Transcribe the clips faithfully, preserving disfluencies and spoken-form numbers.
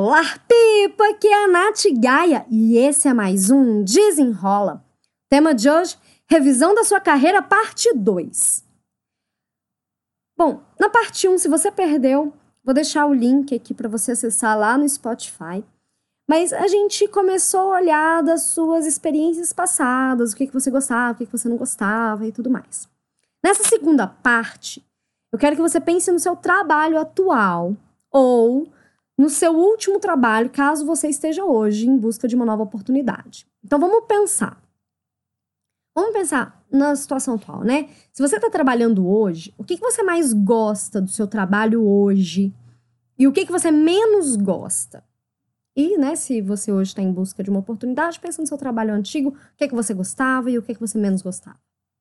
Olá, Pipa! Aqui é a Nath Gaia e esse é mais um Desenrola. Tema de hoje, revisão da sua carreira, parte dois. Bom, na parte um, se você perdeu, vou deixar o link aqui para você acessar lá no Spotify. Mas a gente começou a olhar das suas experiências passadas, o que, que você gostava, o que, que você não gostava e tudo mais. Nessa segunda parte, eu quero que você pense no seu trabalho atual ou no seu último trabalho, caso você esteja hoje em busca de uma nova oportunidade. Então, vamos pensar. Vamos pensar na situação atual, né? Se você está trabalhando hoje, o que, que você mais gosta do seu trabalho hoje? E o que, que você menos gosta? E, né, se você hoje está em busca de uma oportunidade, pensa no seu trabalho antigo, o que, que você gostava e o que, que você menos gostava.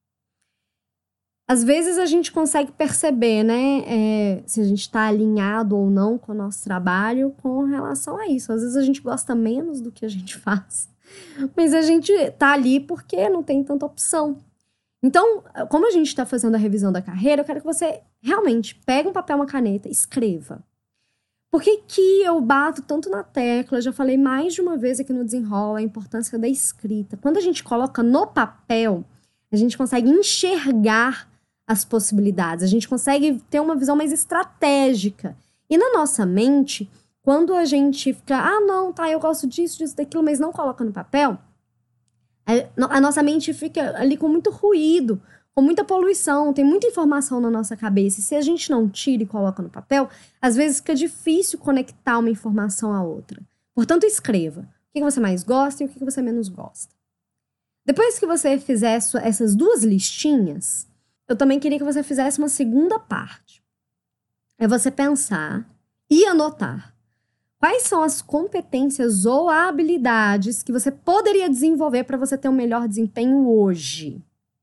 Às vezes a gente consegue perceber, né, é, se a gente está alinhado ou não com o nosso trabalho com relação a isso. Às vezes a gente gosta menos do que a gente faz, mas a gente tá ali porque não tem tanta opção. Então, como a gente está fazendo a revisão da carreira, eu quero que você realmente pegue um papel, uma caneta, escreva. Por que que eu bato tanto na tecla? Já falei mais de uma vez aqui no Desenrola a importância da escrita. Quando a gente coloca no papel, a gente consegue enxergar as possibilidades, a gente consegue ter uma visão mais estratégica. E na nossa mente, quando a gente fica, ah, não, tá, eu gosto disso, disso, daquilo, mas não coloca no papel, a, a nossa mente fica ali com muito ruído, com muita poluição, tem muita informação na nossa cabeça. E se a gente não tira e coloca no papel, às vezes fica difícil conectar uma informação à outra. Portanto, escreva. O que você mais gosta e o que você menos gosta. Depois que você fizer essas duas listinhas, eu também queria que você fizesse uma segunda parte. É você pensar e anotar quais são as competências ou habilidades que você poderia desenvolver para você ter um melhor desempenho hoje.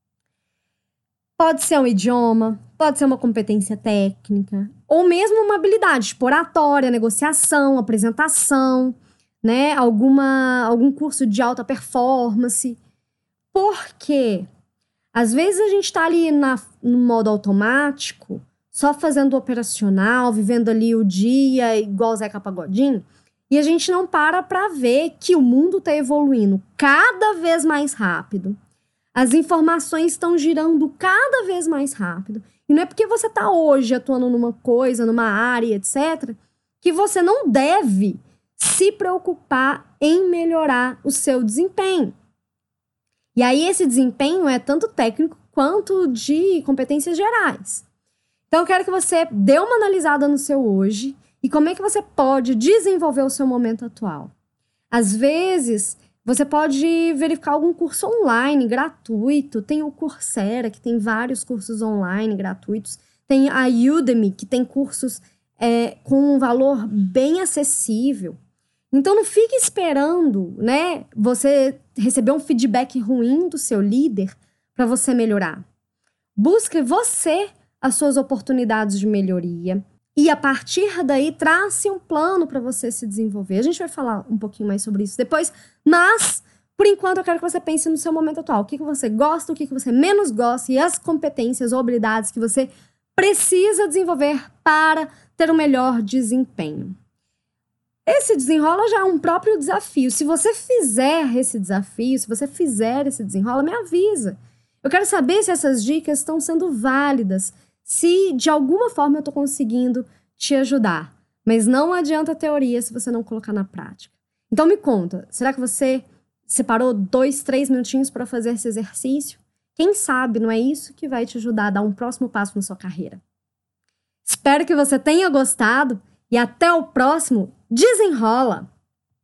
Pode ser um idioma, pode ser uma competência técnica, ou mesmo uma habilidade, tipo oratória, negociação, apresentação, né? Alguma, algum curso de alta performance. Por quê? Às vezes a gente tá ali na, no modo automático, só fazendo o operacional, vivendo ali o dia igual Zeca Pagodinho, e a gente não para pra ver que o mundo tá evoluindo cada vez mais rápido. As informações estão girando cada vez mais rápido. E não é porque você tá hoje atuando numa coisa, numa área, etcétera, que você não deve se preocupar em melhorar o seu desempenho. E aí esse desempenho é tanto técnico quanto de competências gerais. Então eu quero que você dê uma analisada no seu hoje e como é que você pode desenvolver o seu momento atual. Às vezes, você pode verificar algum curso online gratuito. Tem o Coursera, que tem vários cursos online gratuitos. Tem a Udemy, que tem cursos é, com um valor bem acessível. Então, não fique esperando, né, você receber um feedback ruim do seu líder para você melhorar. Busque você as suas oportunidades de melhoria e, a partir daí, trace um plano para você se desenvolver. A gente vai falar um pouquinho mais sobre isso depois, mas, por enquanto, eu quero que você pense no seu momento atual. O que, que você gosta, o que, que você menos gosta e as competências ou habilidades que você precisa desenvolver para ter um melhor desempenho. Esse desenrola já é um próprio desafio. Se você fizer esse desafio, se você fizer esse desenrola, me avisa. Eu quero saber se essas dicas estão sendo válidas, se de alguma forma eu estou conseguindo te ajudar. Mas não adianta a teoria se você não colocar na prática. Então me conta, será que você separou dois, três minutinhos para fazer esse exercício? Quem sabe não é isso que vai te ajudar a dar um próximo passo na sua carreira? Espero que você tenha gostado e até o próximo Desenrola!